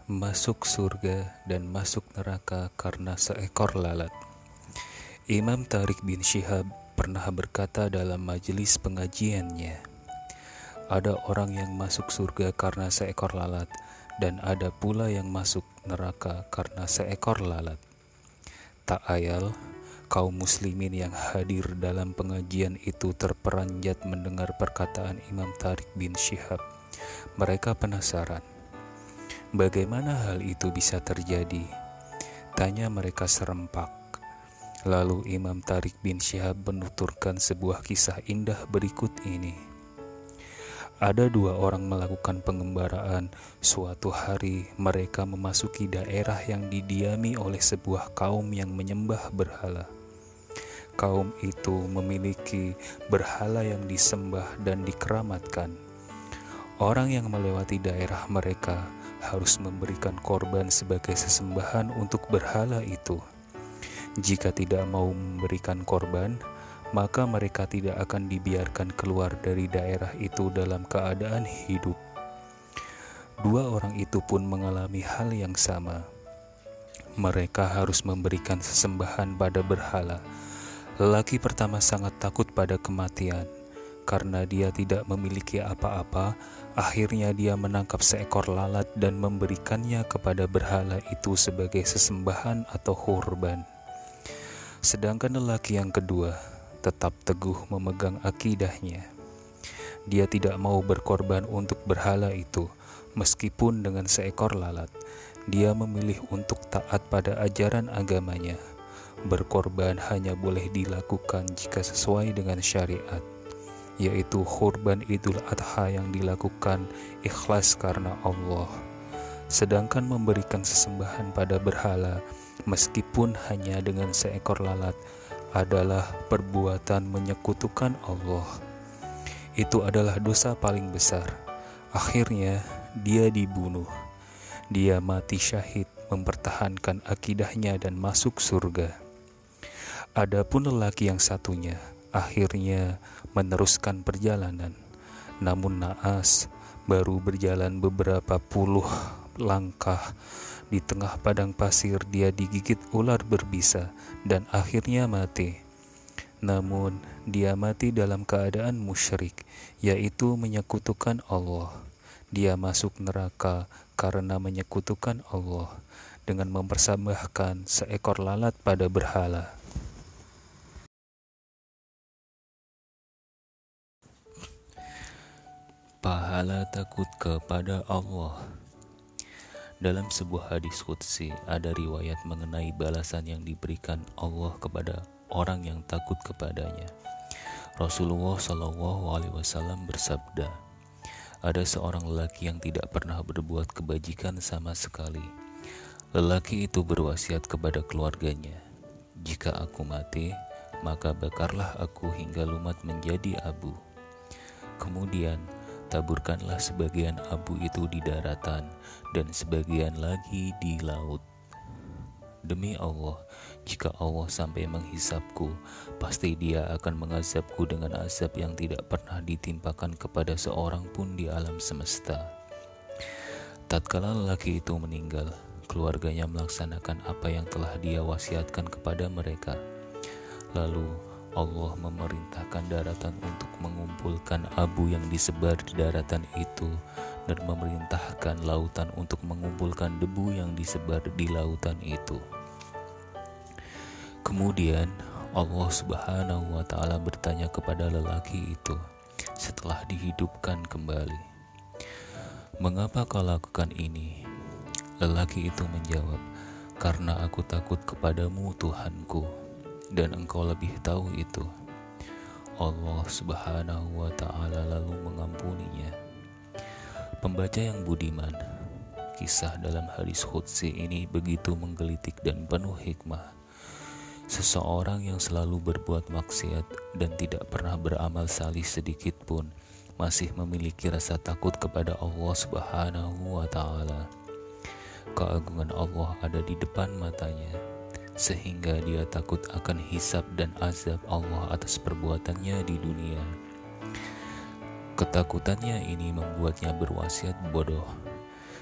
Masuk surga dan masuk neraka karena seekor lalat. Imam Tariq bin Syihab pernah berkata dalam majelis pengajiannya, ada orang yang masuk surga karena seekor lalat, dan ada pula yang masuk neraka karena seekor lalat. Tak ayal, kaum muslimin yang hadir dalam pengajian itu terperanjat mendengar perkataan Imam Tariq bin Syihab. Mereka penasaran, bagaimana hal itu bisa terjadi? Tanya mereka serempak. Lalu Imam Tariq bin Syihab menuturkan sebuah kisah indah berikut ini. Ada dua orang melakukan pengembaraan. Suatu hari mereka memasuki daerah yang didiami oleh sebuah kaum yang menyembah berhala. Kaum itu memiliki berhala yang disembah dan dikeramatkan. Orang yang melewati daerah mereka harus memberikan korban sebagai sesembahan untuk berhala itu. Jika tidak mau memberikan korban, maka mereka tidak akan dibiarkan keluar dari daerah itu dalam keadaan hidup. Dua orang itu pun mengalami hal yang sama. Mereka harus memberikan sesembahan pada berhala. Lelaki pertama sangat takut pada kematian. Karena dia tidak memiliki apa-apa, akhirnya dia menangkap seekor lalat dan memberikannya kepada berhala itu sebagai sesembahan atau kurban. Sedangkan lelaki yang kedua tetap teguh memegang akidahnya. Dia tidak mau berkorban untuk berhala itu, meskipun dengan seekor lalat. Dia memilih untuk taat pada ajaran agamanya. Berkorban hanya boleh dilakukan jika sesuai dengan syariat, yaitu kurban Idul Adha yang dilakukan ikhlas karena Allah. Sedangkan memberikan sesembahan pada berhala, meskipun hanya dengan seekor lalat, adalah perbuatan menyekutukan Allah. Itu adalah dosa paling besar. Akhirnya dia dibunuh. Dia mati syahid mempertahankan akidahnya dan masuk surga. Adapun lelaki yang satunya akhirnya meneruskan perjalanan. Namun naas, baru berjalan beberapa puluh langkah, di tengah padang pasir dia digigit ular berbisa dan akhirnya mati. Namun dia mati dalam keadaan musyrik, yaitu menyekutukan Allah. Dia masuk neraka karena menyekutukan Allah dengan mempersembahkan seekor lalat pada berhala. Pahala takut kepada Allah. Dalam sebuah hadis qudsi ada riwayat mengenai balasan yang diberikan Allah kepada orang yang takut kepadanya. Rasulullah SAW bersabda, ada seorang lelaki yang tidak pernah berbuat kebajikan sama sekali. Lelaki itu berwasiat kepada keluarganya, jika aku mati, maka bakarlah aku hingga lumat menjadi abu. Kemudian taburkanlah sebagian abu itu di daratan dan sebagian lagi di laut. Demi Allah, jika Allah sampai menghisapku, pasti Dia akan mengazabku dengan azab yang tidak pernah ditimpakan kepada seorang pun di alam semesta. Tatkala lelaki itu meninggal, keluarganya melaksanakan apa yang telah Dia wasiatkan kepada mereka. Lalu Allah memerintahkan daratan untuk mengumpulkan abu yang disebar di daratan itu dan memerintahkan lautan untuk mengumpulkan debu yang disebar di lautan itu. Kemudian Allah Subhanahu wa Ta'ala bertanya kepada lelaki itu setelah dihidupkan kembali, "Mengapa kau lakukan ini?" Lelaki itu menjawab, "Karena aku takut kepadamu Tuhanku, dan engkau lebih tahu itu." Allah Subhanahu wa Ta'ala lalu mengampuninya. Pembaca yang budiman, kisah dalam hadis qudsi ini begitu menggelitik dan penuh hikmah. Seseorang yang selalu berbuat maksiat dan tidak pernah beramal salih sedikit pun masih memiliki rasa takut kepada Allah Subhanahu wa Ta'ala. Keagungan Allah ada di depan matanya, sehingga dia takut akan hisab dan azab Allah atas perbuatannya di dunia. Ketakutannya ini membuatnya berwasiat bodoh.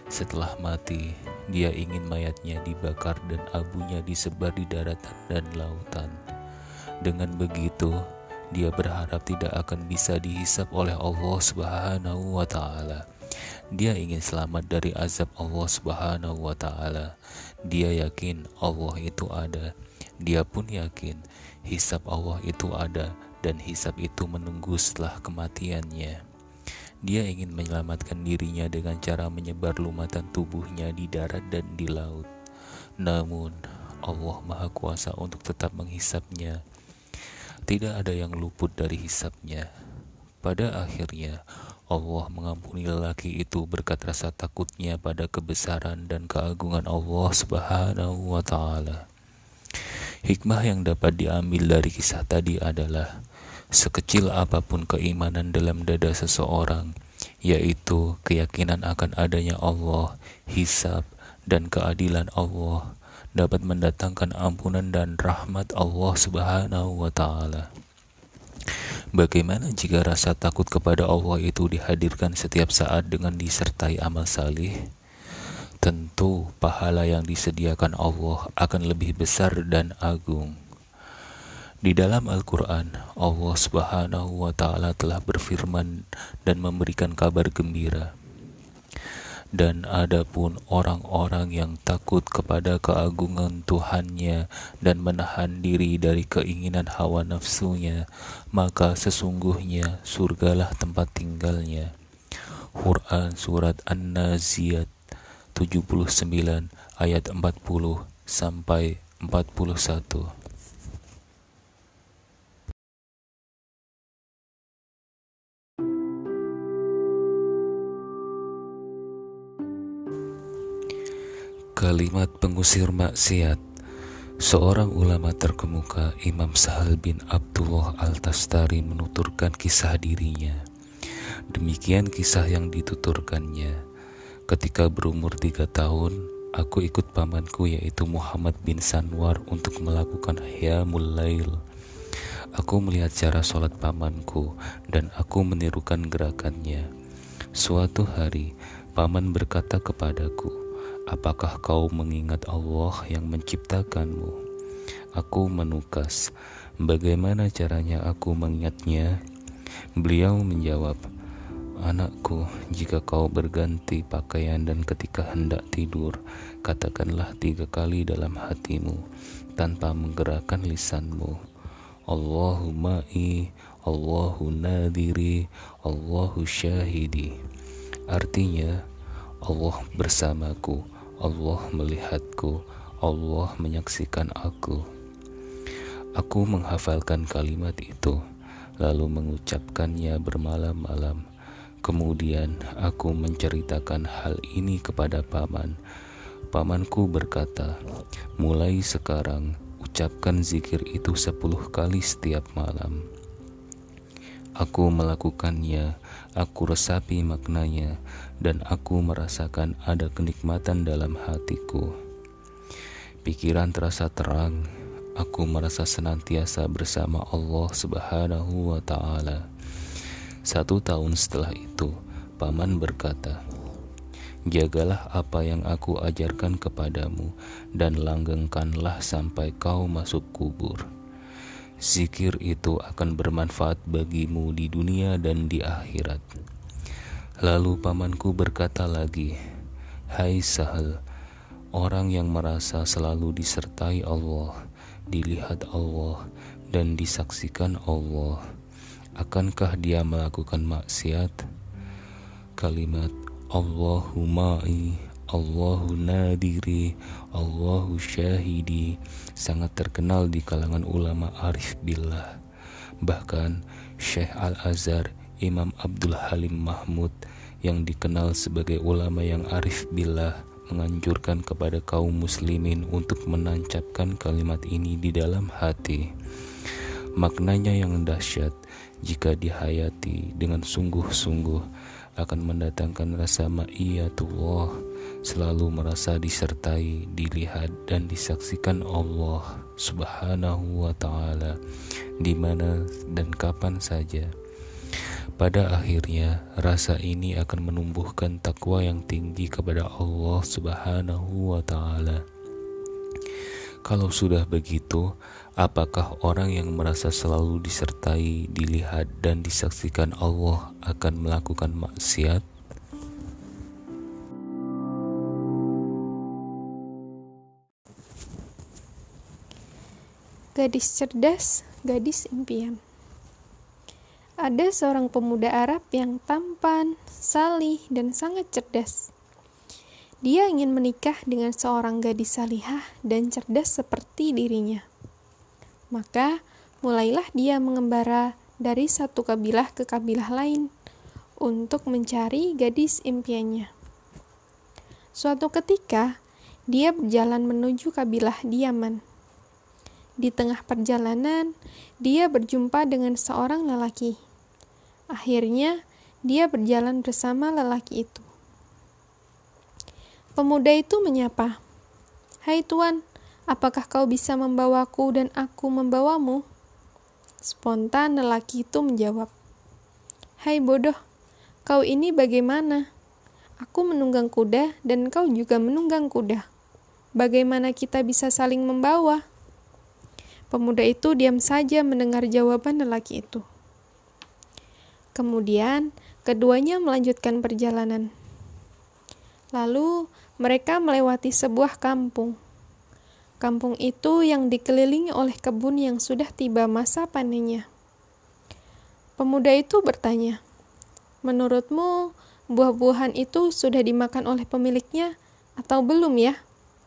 Setelah mati, dia ingin mayatnya dibakar dan abunya disebar di daratan dan lautan. Dengan begitu, dia berharap tidak akan bisa dihisap oleh Allah Subhanahu wa Ta'ala. Dia ingin selamat dari azab Allah Subhanahu wa Ta'ala. Dia yakin Allah itu ada. Dia pun yakin hisab Allah itu ada dan hisab itu menunggu setelah kematiannya. Dia ingin menyelamatkan dirinya dengan cara menyebar lumatan tubuhnya di darat dan di laut. Namun, Allah Maha Kuasa untuk tetap menghisapnya. Tidak ada yang luput dari hisapnya. Pada akhirnya, Allah mengampuni lelaki itu berkat rasa takutnya pada kebesaran dan keagungan Allah Subhanahu wa Ta'ala. Hikmah yang dapat diambil dari kisah tadi adalah, sekecil apapun keimanan dalam dada seseorang, yaitu keyakinan akan adanya Allah, hisab, dan keadilan Allah, dapat mendatangkan ampunan dan rahmat Allah Subhanahu wa Ta'ala. Bagaimana jika rasa takut kepada Allah itu dihadirkan setiap saat dengan disertai amal salih? Tentu pahala yang disediakan Allah akan lebih besar dan agung. Di dalam Al-Quran, Allah Subhanahu wa Ta'ala telah berfirman dan memberikan kabar gembira. Dan adapun orang-orang yang takut kepada keagungan Tuhannya dan menahan diri dari keinginan hawa nafsunya, maka sesungguhnya surgalah tempat tinggalnya. Quran Surat An-Naziyat 79 ayat 40 sampai 41. Kalimat pengusir maksiat. Seorang ulama terkemuka, Imam Sahal bin Abdullah Al-Tastari, menuturkan kisah dirinya. Demikian kisah yang dituturkannya. Ketika berumur 3 tahun, aku ikut pamanku yaitu Muhammad bin Sanwar untuk melakukan Qiyamul Lail. Aku melihat cara sholat pamanku dan aku menirukan gerakannya. Suatu hari, paman berkata kepadaku, "Apakah kau mengingat Allah yang menciptakanmu?" Aku menukas, "Bagaimana caranya aku mengingatnya?" Beliau menjawab, "Anakku, jika kau berganti pakaian dan ketika hendak tidur, katakanlah 3 kali dalam hatimu, tanpa menggerakkan lisanmu. Allahumma Allahu nadiri, Allahu syahidi." Artinya, Allah bersamaku, Allah melihatku, Allah menyaksikan aku. Aku menghafalkan kalimat itu, lalu mengucapkannya bermalam-malam. Kemudian aku menceritakan hal ini kepada paman. Pamanku berkata, "Mulai sekarang, ucapkan zikir itu 10 kali setiap malam." Aku melakukannya, aku resapi maknanya, dan aku merasakan ada kenikmatan dalam hatiku. Pikiran terasa terang, aku merasa senantiasa bersama Allah Subhanahu wa Ta'ala. 1 tahun setelah itu, paman berkata, "Jagalah apa yang aku ajarkan kepadamu dan langgengkanlah sampai kau masuk kubur. Zikir itu akan bermanfaat bagimu di dunia dan di akhirat." Lalu pamanku berkata lagi, "Hai Sahal, orang yang merasa selalu disertai Allah, dilihat Allah, dan disaksikan Allah, akankah dia melakukan maksiat?" Kalimat Allahumma Allahu nadiri, Allahu syahidi sangat terkenal di kalangan ulama arif billah. Bahkan Syekh Al-Azhar Imam Abdul Halim Mahmud yang dikenal sebagai ulama yang arif billah menganjurkan kepada kaum muslimin untuk menancapkan kalimat ini di dalam hati. Maknanya yang dahsyat jika dihayati dengan sungguh-sungguh akan mendatangkan rasa ma'iyatullah, selalu merasa disertai, dilihat dan disaksikan Allah Subhanahu wa Ta'ala di mana dan kapan saja. Pada akhirnya, rasa ini akan menumbuhkan takwa yang tinggi kepada Allah Subhanahu wa Ta'ala. Kalau sudah begitu, apakah orang yang merasa selalu disertai, dilihat, dan disaksikan Allah akan melakukan maksiat? Gadis cerdas, gadis impian. Ada seorang pemuda Arab yang tampan, salih, dan sangat cerdas. Dia ingin menikah dengan seorang gadis salihah dan cerdas seperti dirinya. Maka, mulailah dia mengembara dari satu kabilah ke kabilah lain untuk mencari gadis impiannya. Suatu ketika, dia berjalan menuju kabilah di Yaman. Di tengah perjalanan, dia berjumpa dengan seorang lelaki. Akhirnya, dia berjalan bersama lelaki itu. Pemuda itu menyapa, "Hai Tuan, apakah kau bisa membawaku dan aku membawamu?" Spontan lelaki itu menjawab, "Hai bodoh, kau ini bagaimana? Aku menunggang kuda dan kau juga menunggang kuda. Bagaimana kita bisa saling membawa?" Pemuda itu diam saja mendengar jawaban lelaki itu. Kemudian, keduanya melanjutkan perjalanan. Lalu, mereka melewati sebuah kampung. Kampung itu yang dikelilingi oleh kebun yang sudah tiba masa panennya. Pemuda itu bertanya, "Menurutmu, buah-buahan itu sudah dimakan oleh pemiliknya atau belum ya?"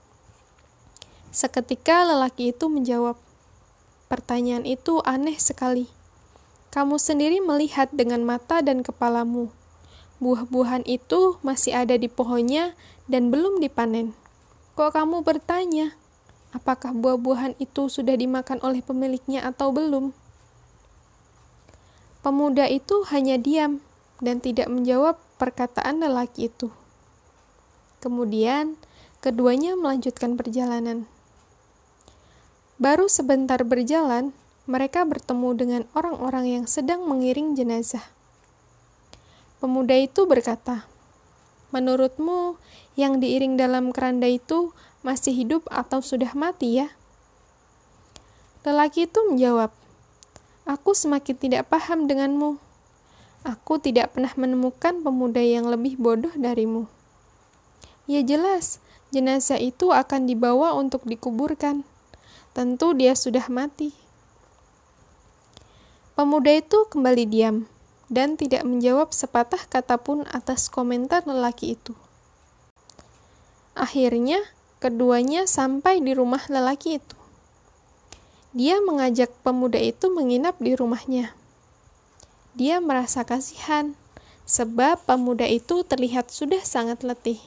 Seketika lelaki itu menjawab, "Pertanyaan itu aneh sekali. Kamu sendiri melihat dengan mata dan kepalamu. Buah-buahan itu masih ada di pohonnya dan belum dipanen. Kok kamu bertanya, apakah buah-buahan itu sudah dimakan oleh pemiliknya atau belum?" Pemuda itu hanya diam dan tidak menjawab perkataan lelaki itu. Kemudian, keduanya melanjutkan perjalanan. Baru sebentar berjalan, mereka bertemu dengan orang-orang yang sedang mengiring jenazah. Pemuda itu berkata, "Menurutmu, yang diiring dalam keranda itu masih hidup atau sudah mati ya?" Lelaki itu menjawab, "Aku semakin tidak paham denganmu. Aku tidak pernah menemukan pemuda yang lebih bodoh darimu. Ya jelas, jenazah itu akan dibawa untuk dikuburkan. Tentu dia sudah mati." Pemuda itu kembali diam dan tidak menjawab sepatah kata pun atas komentar lelaki itu. Akhirnya, keduanya sampai di rumah lelaki itu. Dia mengajak pemuda itu menginap di rumahnya. Dia merasa kasihan, sebab pemuda itu terlihat sudah sangat letih.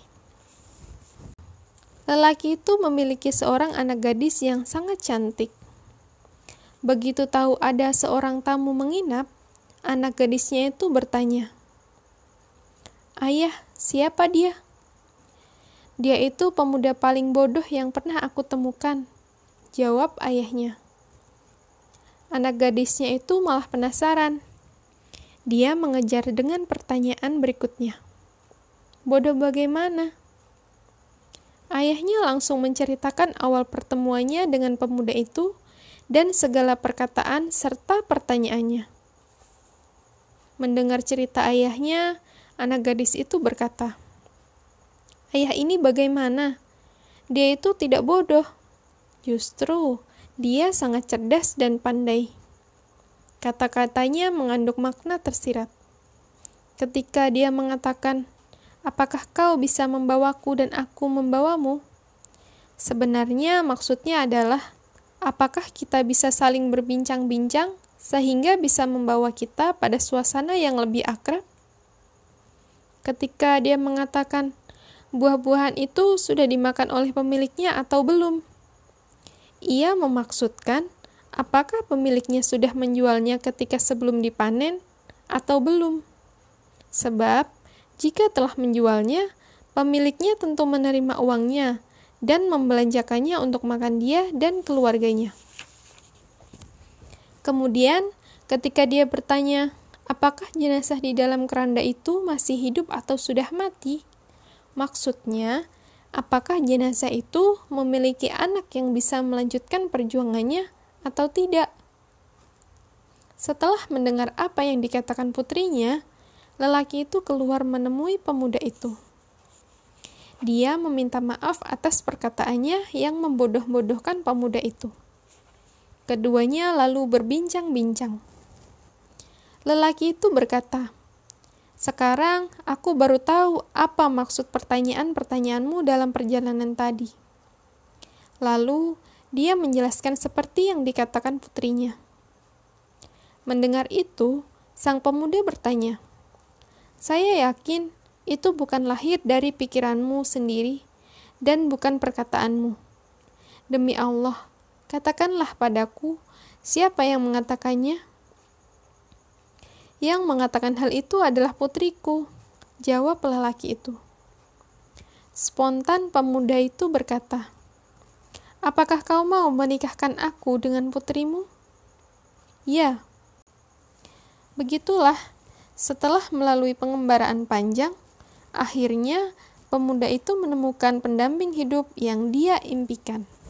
Lelaki itu memiliki seorang anak gadis yang sangat cantik. Begitu tahu ada seorang tamu menginap, anak gadisnya itu bertanya, "Ayah, siapa dia?" "Dia itu pemuda paling bodoh yang pernah aku temukan," jawab ayahnya. Anak gadisnya itu malah penasaran. Dia mengejar dengan pertanyaan berikutnya, "Bodoh bagaimana?" Ayahnya langsung menceritakan awal pertemuannya dengan pemuda itu dan segala perkataan serta pertanyaannya. Mendengar cerita ayahnya, anak gadis itu berkata, "Ayah ini bagaimana? Dia itu tidak bodoh. Justru, dia sangat cerdas dan pandai." Kata-katanya mengandung makna tersirat. Ketika dia mengatakan, "Apakah kau bisa membawaku dan aku membawamu?" Sebenarnya maksudnya adalah, apakah kita bisa saling berbincang-bincang sehingga bisa membawa kita pada suasana yang lebih akrab? Ketika dia mengatakan, "Buah-buahan itu sudah dimakan oleh pemiliknya atau belum?" Ia memaksudkan, apakah pemiliknya sudah menjualnya ketika sebelum dipanen atau belum? Sebab, jika telah menjualnya, pemiliknya tentu menerima uangnya dan membelanjakannya untuk makan dia dan keluarganya. Kemudian, ketika dia bertanya, apakah jenazah di dalam keranda itu masih hidup atau sudah mati? Maksudnya, apakah jenazah itu memiliki anak yang bisa melanjutkan perjuangannya atau tidak? Setelah mendengar apa yang dikatakan putrinya, lelaki itu keluar menemui pemuda itu. Dia meminta maaf atas perkataannya yang membodoh-bodohkan pemuda itu. Keduanya lalu berbincang-bincang. Lelaki itu berkata, "Sekarang aku baru tahu apa maksud pertanyaan-pertanyaanmu dalam perjalanan tadi." Lalu dia menjelaskan seperti yang dikatakan putrinya. Mendengar itu, sang pemuda bertanya, "Saya yakin itu bukan lahir dari pikiranmu sendiri dan bukan perkataanmu. Demi Allah, katakanlah padaku, siapa yang mengatakannya?" "Yang mengatakan hal itu adalah putriku," jawab lelaki itu. Spontan pemuda itu berkata, "Apakah kau mau menikahkan aku dengan putrimu?" "Ya." Begitulah, setelah melalui pengembaraan panjang, akhirnya pemuda itu menemukan pendamping hidup yang dia impikan.